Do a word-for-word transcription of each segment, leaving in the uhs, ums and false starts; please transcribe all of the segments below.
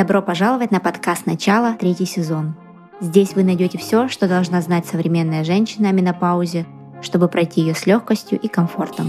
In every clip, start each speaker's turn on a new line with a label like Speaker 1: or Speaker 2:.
Speaker 1: Добро пожаловать на подкаст «Начало», третий сезон. Здесь вы найдете все, что должна знать современная женщина о менопаузе, чтобы пройти ее с легкостью и комфортом.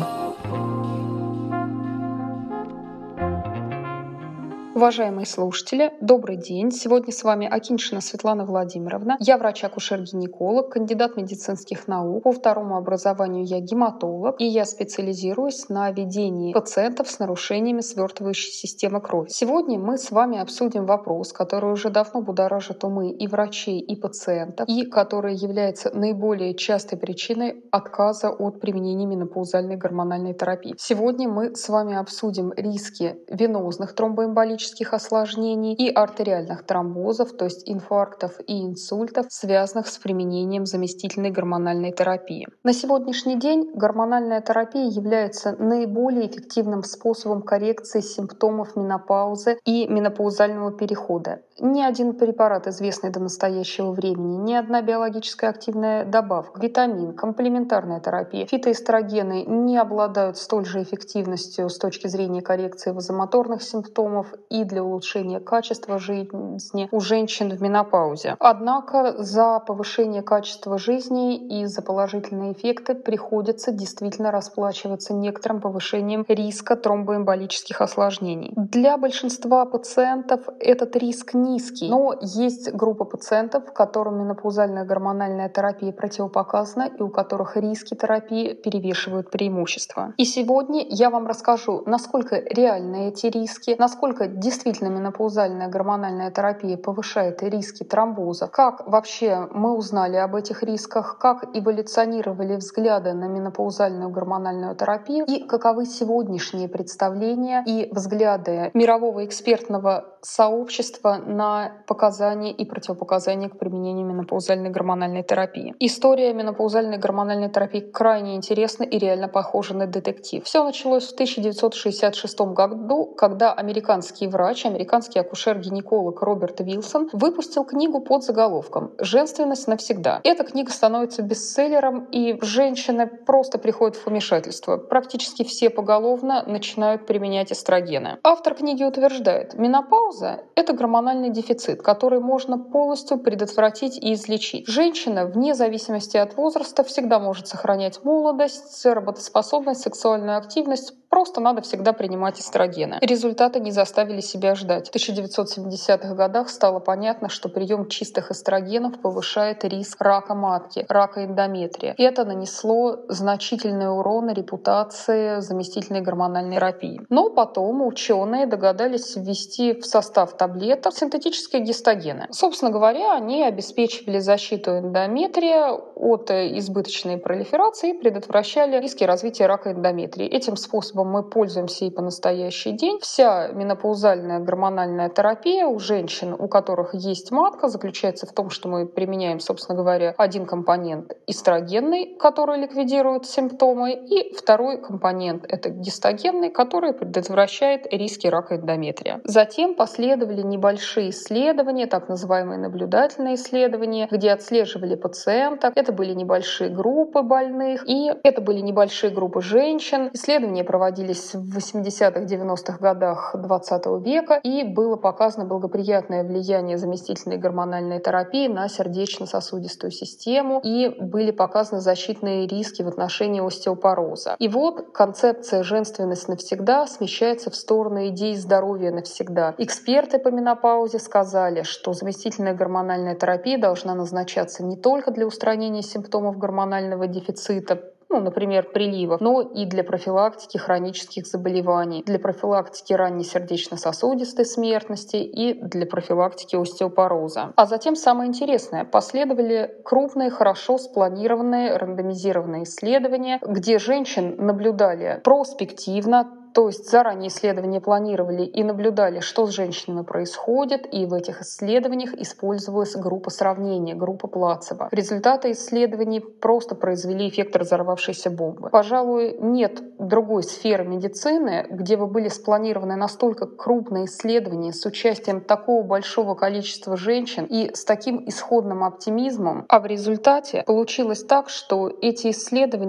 Speaker 2: Уважаемые слушатели, добрый день. Сегодня с вами Акиньшина Светлана Владимировна. Я врач-акушер-гинеколог, кандидат медицинских наук. По второму образованию я гематолог, и я специализируюсь на ведении пациентов с нарушениями свертывающей системы крови. Сегодня мы с вами обсудим вопрос, который уже давно будоражит умы и врачей, и пациентов, и который является наиболее частой причиной отказа от применения менопаузальной гормональной терапии. Сегодня мы с вами обсудим риски венозных тромбоэмболических осложнений и артериальных тромбозов, то есть инфарктов и инсультов, связанных с применением заместительной гормональной терапии. На сегодняшний день гормональная терапия является наиболее эффективным способом коррекции симптомов менопаузы и менопаузального перехода. Ни один препарат, известный до настоящего времени, ни одна биологически активная добавка, витамин, комплементарная терапия, фитоэстрогены не обладают столь же эффективностью с точки зрения коррекции вазомоторных симптомов и для улучшения качества жизни у женщин в менопаузе. Однако за повышение качества жизни и за положительные эффекты приходится действительно расплачиваться некоторым повышением риска тромбоэмболических осложнений. Для большинства пациентов этот риск низкий, но есть группа пациентов, которым менопаузальная гормональная терапия противопоказана и у которых риски терапии перевешивают преимущества. И сегодня я вам расскажу, насколько реальны эти риски, насколько действительно менопаузальная гормональная терапия повышает риски тромбоза, как вообще мы узнали об этих рисках, как эволюционировали взгляды на менопаузальную гормональную терапию и каковы сегодняшние представления и взгляды мирового экспертного сообщества на показания и противопоказания к применению менопаузальной гормональной терапии. История менопаузальной гормональной терапии крайне интересна и реально похожа на детектив. Все началось в тысяча девятьсот шестьдесят шестом году, когда американский врач, американский акушер-гинеколог Роберт Вилсон выпустил книгу под заголовком «Женственность навсегда». Эта книга становится бестселлером, и женщины просто приходят в помешательство. Практически все поголовно начинают применять эстрогены. Автор книги утверждает, менопауза — это гормональный дефицит, который можно полностью предотвратить и излечить. Женщина, вне зависимости от возраста, всегда может сохранять молодость, работоспособность, сексуальную активность. Просто надо всегда принимать эстрогены. Результаты не заставили себя ждать. В тысяча девятьсот семидесятых годах стало понятно, что прием чистых эстрогенов повышает риск рака матки, рака эндометрия. И это нанесло значительный урон репутации заместительной гормональной терапии. Но потом ученые догадались ввести в состав таблеток синтетические гистогены. Собственно говоря, они обеспечивали защиту эндометрия от избыточной пролиферации и предотвращали риски развития рака эндометрия. Этим способом мы пользуемся и по настоящий день. Вся менопаузальная гормональная терапия у женщин, у которых есть матка, заключается в том, что мы применяем, собственно говоря, один компонент эстрогенный, который ликвидирует симптомы, и второй компонент — это гистогенный, который предотвращает риски рака эндометрия. Затем последовали небольшие исследования, так называемые наблюдательные исследования, где отслеживали пациенток. Это были небольшие группы больных, и это были небольшие группы женщин. Исследования проводились в восьмидесятых-девяностых годах двадцатого века, и было показано благоприятное влияние заместительной гормональной терапии на сердечно-сосудистую систему, и были показаны защитные риски в отношении остеопороза. И вот концепция «женственность навсегда» смещается в сторону идеи здоровья навсегда. Эксперты по менопаузе сказали, что заместительная гормональная терапия должна назначаться не только для устранения симптомов гормонального дефицита, ну, например, приливов, но и для профилактики хронических заболеваний, для профилактики ранней сердечно-сосудистой смертности и для профилактики остеопороза. А затем самое интересное. Последовали крупные, хорошо спланированные рандомизированные исследования, где женщин наблюдали проспективно, то есть заранее исследования планировали и наблюдали, что с женщинами происходит, и в этих исследованиях использовалась группа сравнения, группа плацебо. Результаты исследований просто произвели эффект разорвавшейся бомбы. Пожалуй, нет другой сферы медицины, где бы были спланированы настолько крупные исследования с участием такого большого количества женщин и с таким исходным оптимизмом, а в результате получилось так, что эти исследования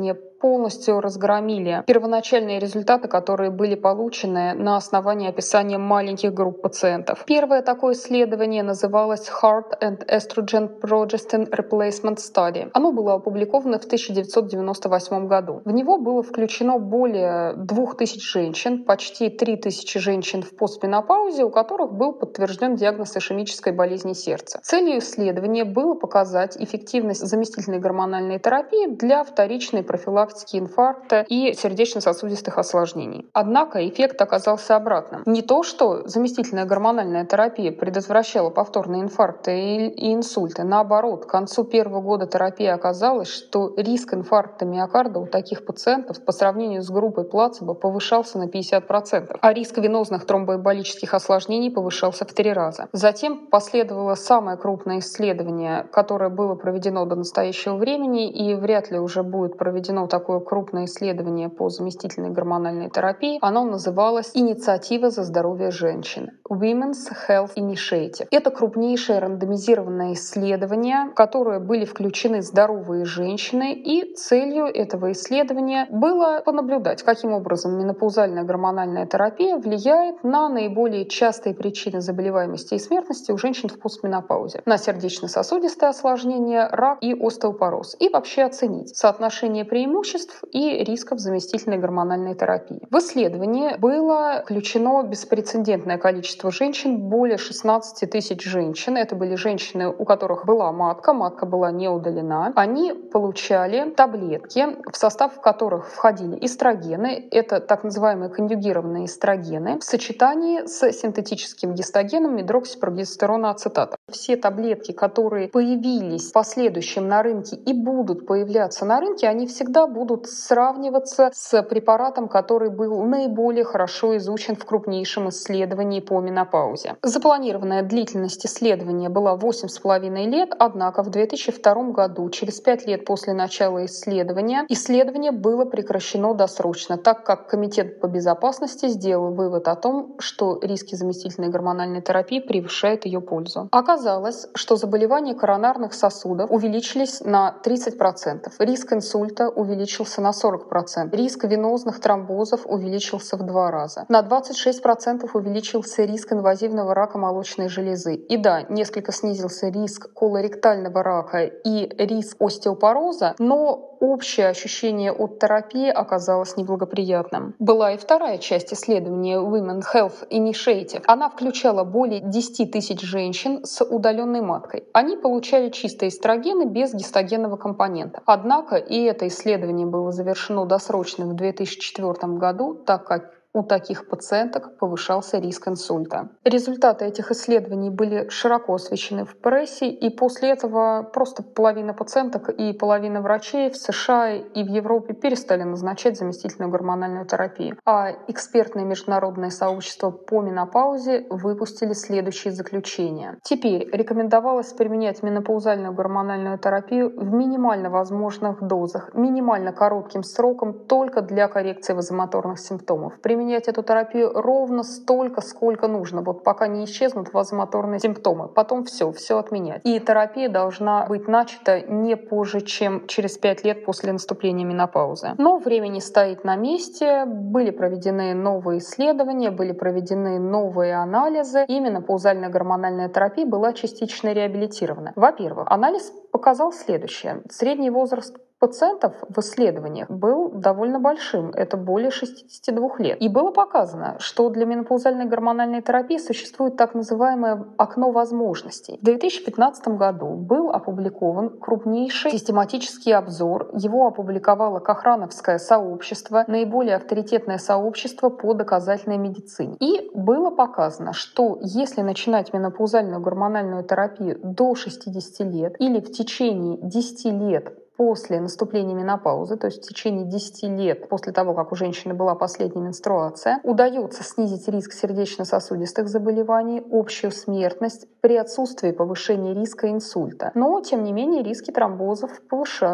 Speaker 2: полностью разгромили первоначальные результаты, которые были получены на основании описания маленьких групп пациентов. Первое такое исследование называлось Heart and Estrogen Progestin Replacement Study. Оно было опубликовано в тысяча девятьсот девяносто восьмом году. В него было включено более двух тысяч женщин, почти три тысячи женщин в постменопаузе, у которых был подтвержден диагноз ишемической болезни сердца. Целью исследования было показать эффективность заместительной гормональной терапии для вторичной профилактики инфаркта и сердечно-сосудистых осложнений. Однако эффект оказался обратным. Не то, что заместительная гормональная терапия предотвращала повторные инфаркты и инсульты. Наоборот, к концу первого года терапии оказалось, что риск инфаркта миокарда у таких пациентов по сравнению с группой плацебо повышался на пятьдесят процентов, а риск венозных тромбоэмболических осложнений повышался в три раза. Затем последовало самое крупное исследование, которое было проведено до настоящего времени, и вряд ли уже будет проведено такое крупное исследование по заместительной гормональной терапии. Оно называлось «Инициатива за здоровье женщин» — Women's Health Initiative. Это крупнейшее рандомизированное исследование, в которое были включены здоровые женщины, и целью этого исследования было понаблюдать, каким образом менопаузальная гормональная терапия влияет на наиболее частые причины заболеваемости и смертности у женщин в постменопаузе, на сердечно-сосудистые осложнения, рак и остеопороз, и вообще оценить соотношение преимуществ и рисков заместительной гормональной терапии. В исследовании было включено беспрецедентное количество женщин, более шестнадцати тысяч женщин. Это были женщины, у которых была матка, матка была не удалена. Они получали таблетки, в состав которых входили эстрогены, это так называемые конъюгированные эстрогены, в сочетании с синтетическим гистогеном медроксипрогестерона ацетата. Все таблетки, которые появились в последующем на рынке и будут появляться на рынке, они всегда будут сравниваться с препаратом, который был наиболее хорошо изучен в крупнейшем исследовании по менопаузе. Запланированная длительность исследования была восемь с половиной лет, однако в две тысячи втором году, через пять лет после начала исследования, исследование было прекращено досрочно, так как Комитет по безопасности сделал вывод о том, что риски заместительной гормональной терапии превышают ее пользу. Оказалось, что заболевания коронарных сосудов увеличились на тридцать процентов, риск инсульта увеличился на сорок процентов, риск венозных тромбозов увеличился в два раза, на двадцать шесть процентов увеличился риск инвазивного рака молочной железы. И да, несколько снизился риск колоректального рака и риск остеопороза, но общее ощущение от терапии оказалось неблагоприятным. Была и вторая часть исследования Women Health Initiative. Она включала более десяти тысяч женщин с удаленной маткой. Они получали чистые эстрогены без гистогенного компонента. Однако и это исследование было завершено досрочно в две тысячи четвёртом году, так как у таких пациенток повышался риск инсульта. Результаты этих исследований были широко освещены в прессе, и после этого просто половина пациенток и половина врачей в США и в Европе перестали назначать заместительную гормональную терапию. А экспертное международное сообщество по менопаузе выпустили следующие заключения. Теперь рекомендовалось применять менопаузальную гормональную терапию в минимально возможных дозах, минимально коротким сроком, только для коррекции вазомоторных симптомов. Применять эту терапию ровно столько, сколько нужно, вот пока не исчезнут вазомоторные симптомы. Потом все, все отменять. И терапия должна быть начата не позже, чем через пять лет после наступления менопаузы. Но время не стоит на месте. Были проведены новые исследования, были проведены новые анализы. И менопаузальная гормональная терапия была частично реабилитирована. Во-первых, анализ показал следующее. Средний возраст пациентов в исследованиях был довольно большим, это более шестидесяти двух лет. И было показано, что для менопаузальной гормональной терапии существует так называемое окно возможностей. В две тысячи пятнадцатом году был опубликован крупнейший систематический обзор. Его опубликовало Кохрановское сообщество, наиболее авторитетное сообщество по доказательной медицине. И было показано, что если начинать менопаузальную гормональную терапию до шестидесяти лет или в течение десяти лет после наступления менопаузы, то есть в течение десяти лет после того, как у женщины была последняя менструация, удается снизить риск сердечно-сосудистых заболеваний, общую смертность при отсутствии повышения риска инсульта. Но, тем не менее, риски тромбозов повышаются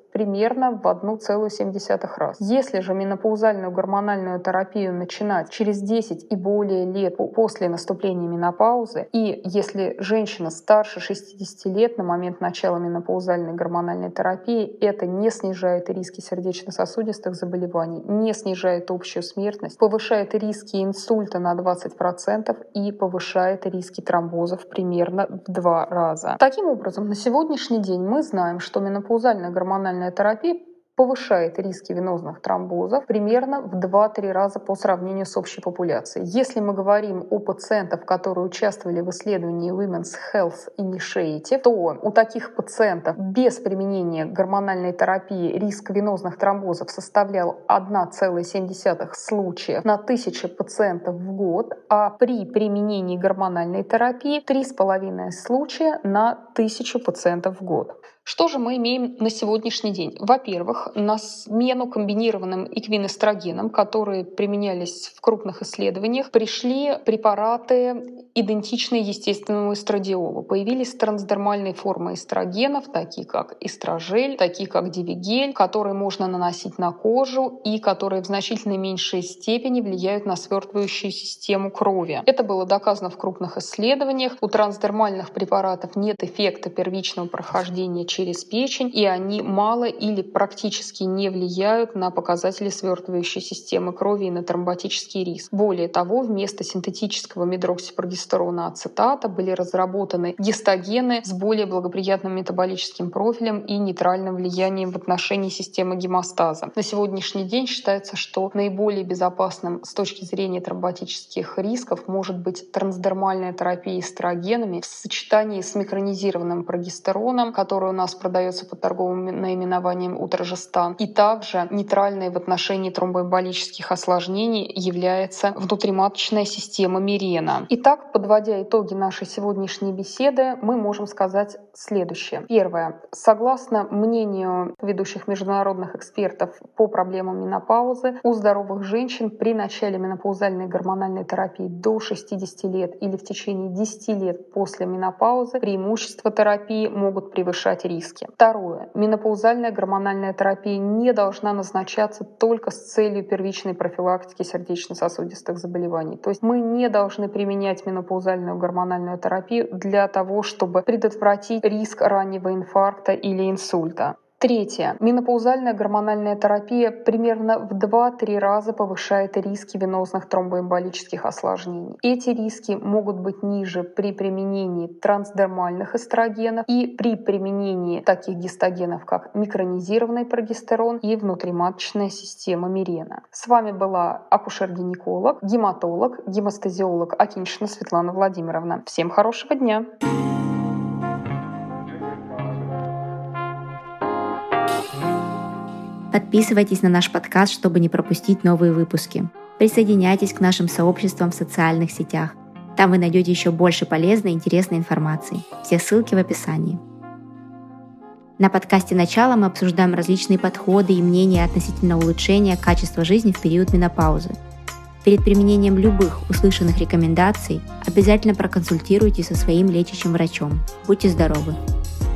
Speaker 2: примерно в одна целая семь десятых раз. Если же менопаузальную гормональную терапию начинать через десять и более лет после наступления менопаузы, и если женщина старше шестидесяти лет на момент начала менопаузальной гормональной терапии, это не снижает риски сердечно-сосудистых заболеваний, не снижает общую смертность, повышает риски инсульта на двадцать процентов и повышает риски тромбозов примерно в два раза. Таким образом, на сегодняшний день мы знаем, что менопаузальная гормональная терапия повышает риски венозных тромбозов примерно в два-три раза по сравнению с общей популяцией. Если мы говорим о пациентах, которые участвовали в исследовании Women's Health Initiative, то у таких пациентов без применения гормональной терапии риск венозных тромбозов составлял одна целая семь десятых случая на тысячу пациентов в год, а при применении гормональной терапии три с половиной случая на тысячу пациентов в год. Что же мы имеем на сегодняшний день? Во-первых, на смену комбинированным эквинэстрогенам, которые применялись в крупных исследованиях, пришли препараты, идентичные естественному эстрадиолу. Появились трансдермальные формы эстрогенов, такие как эстрожель, такие как дивигель, которые можно наносить на кожу и которые в значительно меньшей степени влияют на свертывающую систему крови. Это было доказано в крупных исследованиях. У трансдермальных препаратов нет эффекта первичного прохождения через печень, и они мало или практически не влияют на показатели свертывающей системы крови и на тромботический риск. Более того, вместо синтетического медроксипрогестерона ацетата были разработаны гистогены с более благоприятным метаболическим профилем и нейтральным влиянием в отношении системы гемостаза. На сегодняшний день считается, что наиболее безопасным с точки зрения тромботических рисков может быть трансдермальная терапия эстрогенами в сочетании с микронизированным прогестероном, который у нас продается под торговым наименованием Утрожестан. И также нейтральной в отношении тромбоэмболических осложнений является внутриматочная система Мирена. Итак, подводя итоги нашей сегодняшней беседы, мы можем сказать следующее. Первое. Согласно мнению ведущих международных экспертов по проблемам менопаузы, у здоровых женщин при начале менопаузальной гормональной терапии до шестидесяти лет или в течение десяти лет после менопаузы преимущества терапии могут превышать риски. Второе. Менопаузальная гормональная терапия не должна назначаться только с целью первичной профилактики сердечно-сосудистых заболеваний. То есть мы не должны применять менопаузальную гормональную терапию для того, чтобы предотвратить риск раннего инфаркта или инсульта. Третье. Менопаузальная гормональная терапия примерно в два-три раза повышает риски венозных тромбоэмболических осложнений. Эти риски могут быть ниже при применении трансдермальных эстрогенов и при применении таких гистогенов, как микронизированный прогестерон и внутриматочная система Мирена. С вами была акушер-гинеколог, гематолог, гемостазиолог Акиньшина Светлана Владимировна. Всем хорошего дня!
Speaker 1: Подписывайтесь на наш подкаст, чтобы не пропустить новые выпуски. Присоединяйтесь к нашим сообществам в социальных сетях. Там вы найдете еще больше полезной и интересной информации. Все ссылки в описании. На подкасте «Начало» мы обсуждаем различные подходы и мнения относительно улучшения качества жизни в период менопаузы. Перед применением любых услышанных рекомендаций обязательно проконсультируйтесь со своим лечащим врачом. Будьте здоровы!